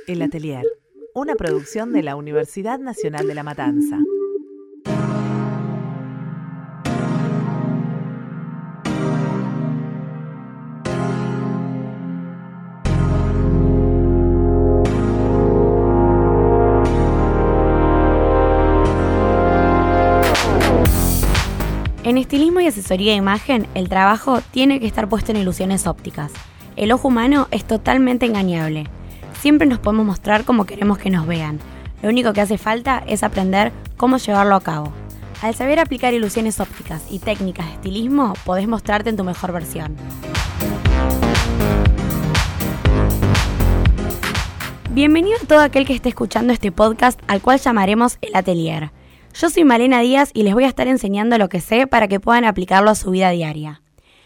El Atelier, una producción de la Universidad Nacional de La Matanza. En estilismo y asesoría de imagen, el trabajo tiene que estar puesto en ilusiones ópticas. El ojo humano es totalmente engañable. Siempre nos podemos mostrar como queremos que nos vean. Lo único que hace falta es aprender cómo llevarlo a cabo. Al saber aplicar ilusiones ópticas y técnicas de estilismo, podés mostrarte en tu mejor versión. Bienvenido a todo aquel que esté escuchando este podcast, al cual llamaremos El Atelier. Yo soy Malena Díaz y les voy a estar enseñando lo que sé para que puedan aplicarlo a su vida diaria.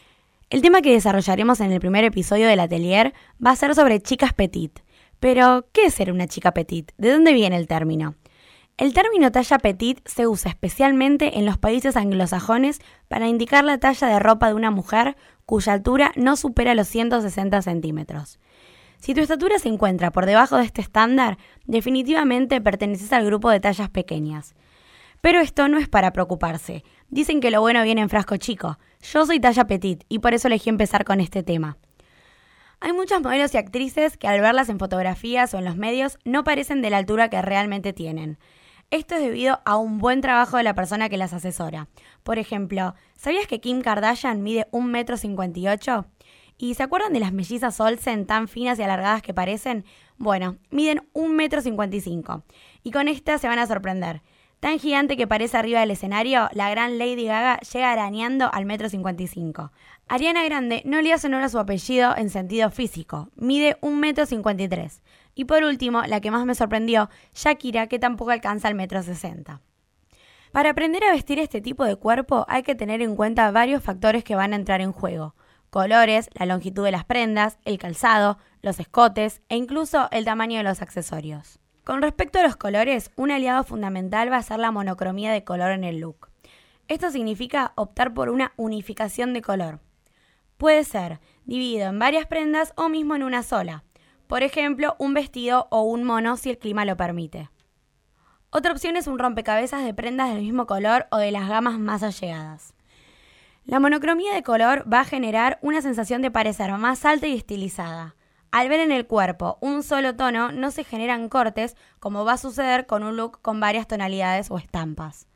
El tema que desarrollaremos en el primer episodio del Atelier va a ser sobre chicas petit. Pero, ¿qué es ser una chica petit? ¿De dónde viene el término? El término talla petit se usa especialmente en los países anglosajones para indicar la talla de ropa de una mujer cuya altura no supera los 160 centímetros. Si tu estatura se encuentra por debajo de este estándar, definitivamente perteneces al grupo de tallas pequeñas. Pero esto no es para preocuparse. Dicen que lo bueno viene en frasco chico. Yo soy talla petit y por eso elegí empezar con este tema. Hay muchas modelos y actrices que al verlas en fotografías o en los medios no parecen de la altura que realmente tienen. Esto es debido a un buen trabajo de la persona que las asesora. Por ejemplo, ¿sabías que Kim Kardashian mide 1,58 m? ¿Y se acuerdan de las mellizas Olsen tan finas y alargadas que parecen? Bueno, miden 1,55 m. Y con esta se van a sorprender. Tan gigante que parece arriba del escenario, la gran Lady Gaga llega arañando al 1,55 m. Ariana Grande no le hace honor a su apellido en sentido físico, mide 1,53 m. Y por último, la que más me sorprendió, Shakira, que tampoco alcanza el 1,60 m. Para aprender a vestir este tipo de cuerpo hay que tener en cuenta varios factores que van a entrar en juego. Colores, la longitud de las prendas, el calzado, los escotes e incluso el tamaño de los accesorios. Con respecto a los colores, un aliado fundamental va a ser la monocromía de color en el look. Esto significa optar por una unificación de color. Puede ser dividido en varias prendas o mismo en una sola. Por ejemplo, un vestido o un mono si el clima lo permite. Otra opción es un rompecabezas de prendas del mismo color o de las gamas más allegadas. La monocromía de color va a generar una sensación de parecer más alta y estilizada. Al ver en el cuerpo un solo tono, no se generan cortes, como va a suceder con un look con varias tonalidades o estampas.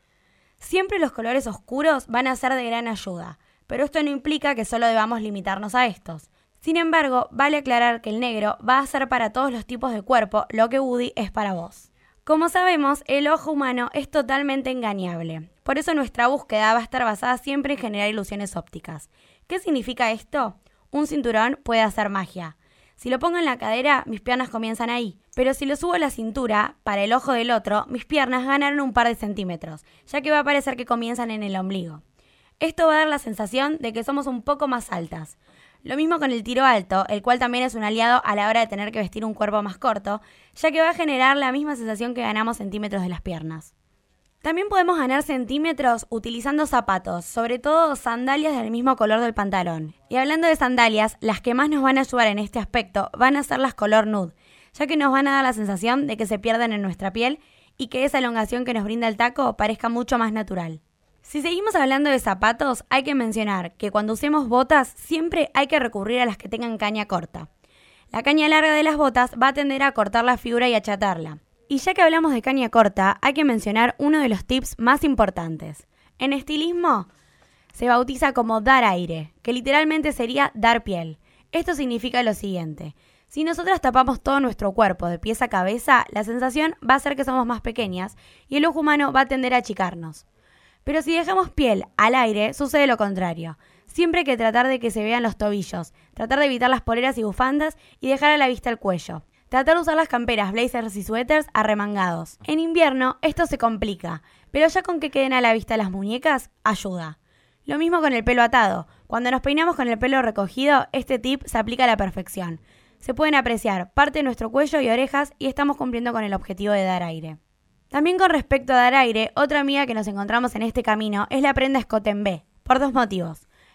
Siempre los colores oscuros van a ser de gran ayuda, pero esto no implica que solo debamos limitarnos a estos. Sin embargo, vale aclarar que el negro va a ser para todos los tipos de cuerpo lo que Woody es para vos. Como sabemos, el ojo humano es totalmente engañable. Por eso nuestra búsqueda va a estar basada siempre en generar ilusiones ópticas. ¿Qué significa esto? Un cinturón puede hacer magia. Si lo pongo en la cadera, mis piernas comienzan ahí. Pero si lo subo a la cintura, para el ojo del otro, mis piernas ganaron un par de centímetros, ya que va a parecer que comienzan en el ombligo. Esto va a dar la sensación de que somos un poco más altas. Lo mismo con el tiro alto, el cual también es un aliado a la hora de tener que vestir un cuerpo más corto, ya que va a generar la misma sensación que ganamos centímetros de las piernas. También podemos ganar centímetros utilizando zapatos, sobre todo sandalias del mismo color del pantalón. Y hablando de sandalias, las que más nos van a ayudar en este aspecto van a ser las color nude, ya que nos van a dar la sensación de que se pierden en nuestra piel y que esa elongación que nos brinda el taco parezca mucho más natural. Si seguimos hablando de zapatos, hay que mencionar que cuando usemos botas siempre hay que recurrir a las que tengan caña corta. La caña larga de las botas va a tender a cortar la figura y achatarla. Y ya que hablamos de caña corta, hay que mencionar uno de los tips más importantes. En estilismo se bautiza como dar aire, que literalmente sería dar piel. Esto significa lo siguiente: si nosotras tapamos todo nuestro cuerpo de pies a cabeza, la sensación va a ser que somos más pequeñas y el ojo humano va a tender a achicarnos. Pero si dejamos piel al aire, sucede lo contrario. Siempre hay que tratar de que se vean los tobillos, tratar de evitar las poleras y bufandas y dejar a la vista el cuello. Tratar de usar las camperas, blazers y suéteres arremangados. En invierno esto se complica, pero ya con que queden a la vista las muñecas, ayuda. Lo mismo con el pelo atado. Cuando nos peinamos con el pelo recogido, este tip se aplica a la perfección. Se pueden apreciar parte de nuestro cuello y orejas y estamos cumpliendo con el objetivo de dar aire. También con respecto a dar aire, otra amiga que nos encontramos en este camino es la prenda escote en B, por dos motivos.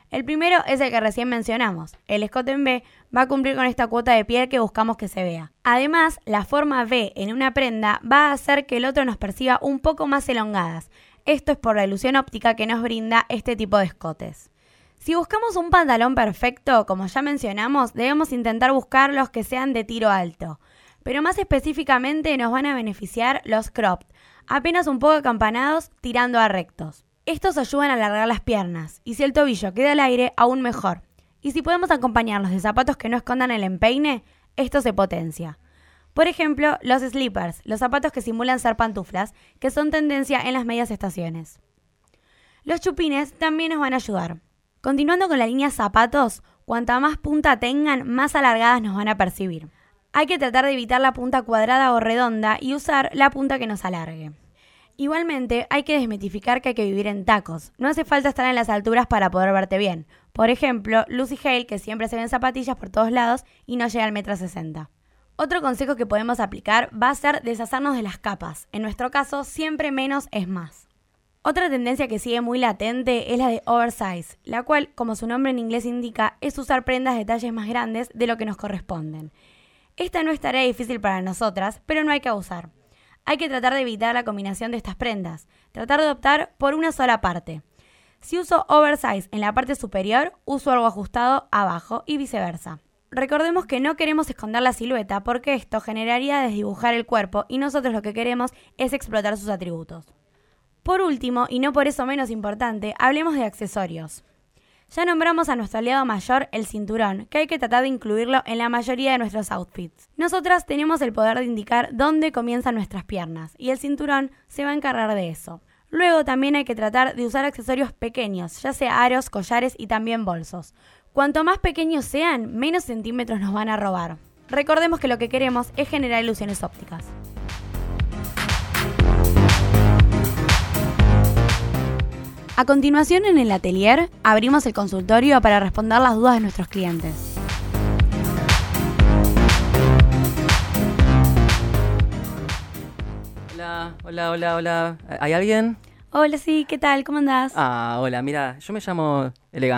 El primero es el que recién mencionamos. El escote en V va a cumplir con esta cuota de piel que buscamos que se vea. Además, la forma V en una prenda va a hacer que el otro nos perciba un poco más elongadas. Esto es por la ilusión óptica que nos brinda este tipo de escotes. Si buscamos un pantalón perfecto, como ya mencionamos, debemos intentar buscar los que sean de tiro alto. Pero más específicamente nos van a beneficiar los cropped, apenas un poco acampanados tirando a rectos. Estos ayudan a alargar las piernas, y si el tobillo queda al aire, aún mejor. Y si podemos acompañarlos de zapatos que no escondan el empeine, esto se potencia. Por ejemplo, los slippers, los zapatos que simulan ser pantuflas, que son tendencia en las medias estaciones. Los chupines también nos van a ayudar. Continuando con la línea zapatos, cuanta más punta tengan, más alargadas nos van a percibir. Hay que tratar de evitar la punta cuadrada o redonda y usar la punta que nos alargue. Igualmente, hay que desmitificar que hay que vivir en tacos. No hace falta estar en las alturas para poder verte bien. Por ejemplo, Lucy Hale, que siempre se ve en zapatillas por todos lados y no llega al 1,60 m. Otro consejo que podemos aplicar va a ser deshacernos de las capas. En nuestro caso, siempre menos es más. Otra tendencia que sigue muy latente es la de oversize, la cual, como su nombre en inglés indica, es usar prendas de talles más grandes de lo que nos corresponden. Esta no es tarea difícil para nosotras, pero no hay que abusar. Hay que tratar de evitar la combinación de estas prendas, tratar de optar por una sola parte. Si uso oversize en la parte superior, uso algo ajustado abajo y viceversa. Recordemos que no queremos esconder la silueta porque esto generaría desdibujar el cuerpo y nosotros lo que queremos es explotar sus atributos. Por último, y no por eso menos importante, hablemos de accesorios. Ya nombramos a nuestro aliado mayor, el cinturón, que hay que tratar de incluirlo en la mayoría de nuestros outfits. Nosotras tenemos el poder de indicar dónde comienzan nuestras piernas, y el cinturón se va a encargar de eso. Luego también hay que tratar de usar accesorios pequeños, ya sea aros, collares y también bolsos. Cuanto más pequeños sean, menos centímetros nos van a robar. Recordemos que lo que queremos es generar ilusiones ópticas. A continuación, en el atelier, abrimos el consultorio para responder las dudas de nuestros clientes. Hola. ¿Hay alguien? Hola, sí, ¿qué tal? ¿Cómo andás? Hola, mira, yo me llamo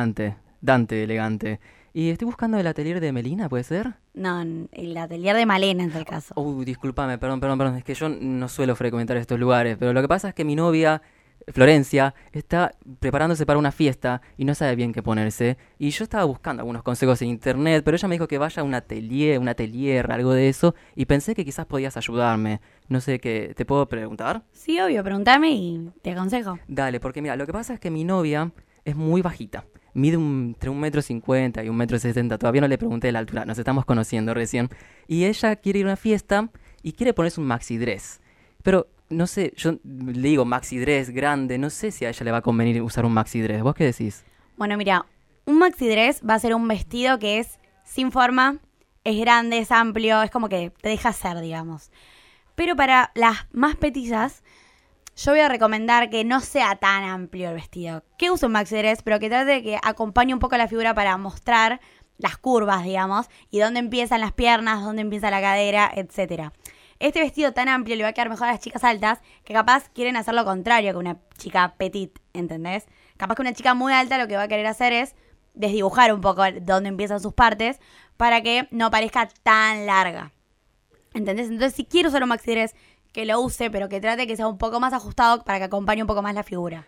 Dante Elegante. Y estoy buscando el atelier de Melina, ¿puede ser? No, el atelier de Malena en tal caso. Discúlpame, perdón. Es que yo no suelo frecuentar estos lugares, pero lo que pasa es que mi novia, Florencia, está preparándose para una fiesta y no sabe bien qué ponerse. Y yo estaba buscando algunos consejos en internet, pero ella me dijo que vaya a un atelier, algo de eso, y pensé que quizás podías ayudarme. No sé, ¿te puedo preguntar? Sí, obvio, pregúntame y te aconsejo. Dale, porque mira, lo que pasa es que mi novia es muy bajita. Mide entre 1,50 m y 1,60 m. Todavía no le pregunté la altura, nos estamos conociendo recién. Y ella quiere ir a una fiesta y quiere ponerse un maxi dress. Pero no sé, yo le digo maxi dress grande, no sé si a ella le va a convenir usar un maxi dress. ¿Vos qué decís? Bueno, mira, un maxi dress va a ser un vestido que es sin forma, es grande, es amplio, es como que te deja hacer, digamos. Pero para las más petizas, yo voy a recomendar que no sea tan amplio el vestido. Que use un maxi dress, pero que trate de que acompañe un poco la figura para mostrar las curvas, digamos, y dónde empiezan las piernas, dónde empieza la cadera, etcétera. Este vestido tan amplio le va a quedar mejor a las chicas altas que capaz quieren hacer lo contrario que una chica petit, ¿entendés? Capaz que una chica muy alta lo que va a querer hacer es desdibujar un poco dónde empiezan sus partes para que no parezca tan larga, ¿entendés? Entonces, si quiero usar un maxi dress, que lo use, pero que trate que sea un poco más ajustado para que acompañe un poco más la figura.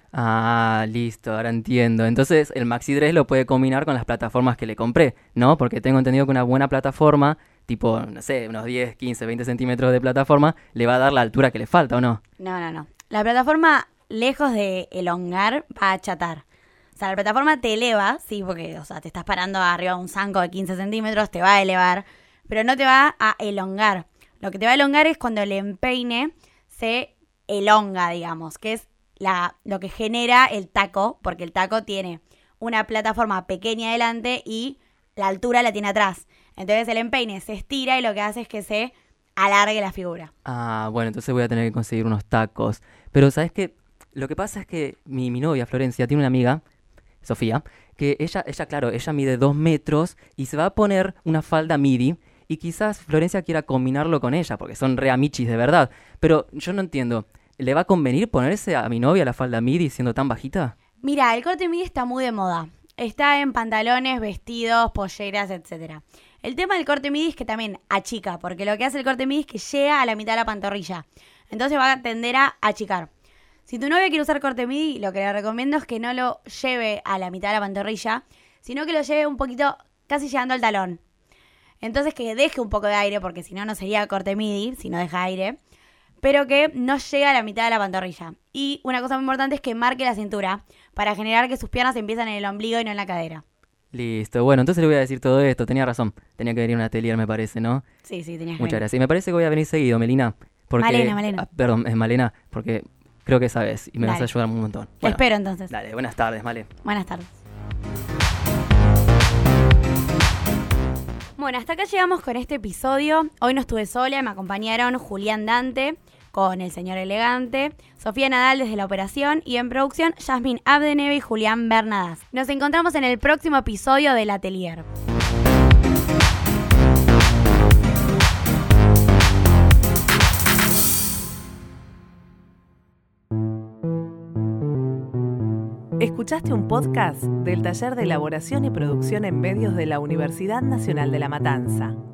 Listo, ahora entiendo. Entonces el maxi dress lo puede combinar con las plataformas que le compré, ¿no? Porque tengo entendido que una buena plataforma, tipo, no sé, unos 10, 15, 20 centímetros de plataforma, le va a dar la altura que le falta, ¿o no? No. La plataforma, lejos de elongar, va a achatar. O sea, la plataforma te eleva, sí, porque, o sea, te estás parando arriba de un zanco de 15 centímetros, te va a elevar, pero no te va a elongar. Lo que te va a elongar es cuando el empeine se elonga, digamos, que es lo que genera el taco, porque el taco tiene una plataforma pequeña adelante y la altura la tiene atrás. Entonces el empeine se estira y lo que hace es que se alargue la figura. Bueno, entonces voy a tener que conseguir unos tacos. Pero, ¿sabes qué? Lo que pasa es que mi novia, Florencia, tiene una amiga, Sofía, que ella mide 2 metros y se va a poner una falda midi. Y quizás Florencia quiera combinarlo con ella, porque son re amichis de verdad. Pero yo no entiendo, ¿le va a convenir ponerse a mi novia la falda midi siendo tan bajita? Mira, el corte midi está muy de moda. está en pantalones, vestidos, polleras, etc. El tema del corte midi es que también achica, porque lo que hace el corte midi es que llega a la mitad de la pantorrilla. Entonces va a tender a achicar. Si tu novia quiere usar corte midi, lo que le recomiendo es que no lo lleve a la mitad de la pantorrilla, sino que lo lleve un poquito, casi llegando al talón. Entonces que deje un poco de aire, porque si no, no sería corte midi, si no deja aire, pero que no llegue a la mitad de la pantorrilla. Y una cosa muy importante es que marque la cintura, para generar que sus piernas empiezan en el ombligo y no en la cadera. Listo, bueno, entonces le voy a decir todo esto. Tenía razón, tenía que venir a un atelier, me parece, ¿no? Sí, tenías que Muchas venir. gracias. Y me parece que voy a venir seguido, Melina. Porque, Malena. perdón, es Malena, porque creo que sabes y me vas a Dale. ayudar un montón. Te espero entonces. Dale, buenas tardes, Male. Buenas tardes. Bueno, hasta acá llegamos con este episodio. Hoy no estuve sola, me acompañaron Julián Dante con El Señor Elegante, Sofía Nadal desde la operación y en producción Yasmin Abdeneve y Julián Bernadas. Nos encontramos en el próximo episodio del Atelier. Escuchaste un podcast del Taller de Elaboración y Producción en Medios de la Universidad Nacional de La Matanza.